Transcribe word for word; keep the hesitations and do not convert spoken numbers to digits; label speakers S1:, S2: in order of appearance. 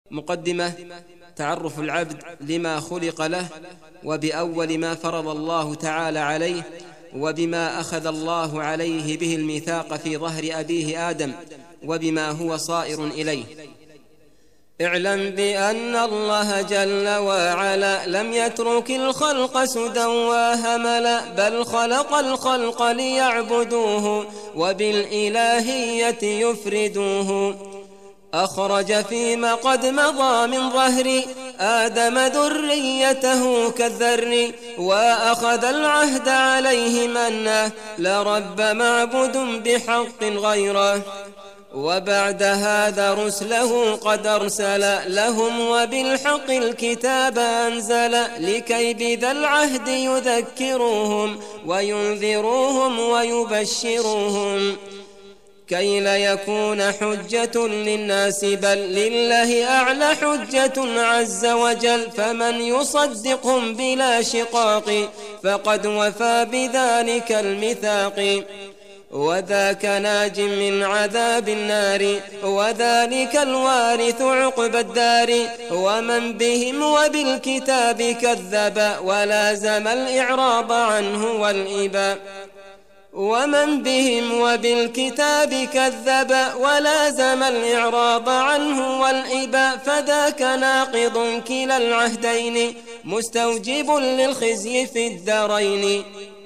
S1: مقدمة. تعرف العبد لما خلق له، وبأول ما فرض الله تعالى عليه، وبما أخذ الله عليه به الميثاق في ظهر أبيه آدم، وبما هو صائر إليه. اعلم بأن الله جل وعلا لم يترك الخلق سدى وهملا، بل خلق الخلق ليعبدوه وبالإلهية يفردوه. أخرج فيما قد مضى من ظهر آدم ذريته كالذر، وأخذ العهد عليه منا لرب معبود بحق غيره. وبعد هذا رسله قد أرسل لهم، وبالحق الكتاب أنزل، لكي بذا العهد يذكروهم وينذروهم ويبشروهم، كي لا يكون حجة للناس بل لله أعلى حجة عز وجل. فمن يصدقهم بلا شقاق فقد وفى بذلك الميثاق، وذاك ناج من عذاب النار، وذلك الوارث عقب الدار. ومن بهم وبالكتاب كذب ولازم الإعراض عنه والإباء، ومن بهم وبالكتاب كذب ولازم الإعراض عنه والإباء، فذاك ناقض كلا العهدين مستوجب للخزي في الدارين.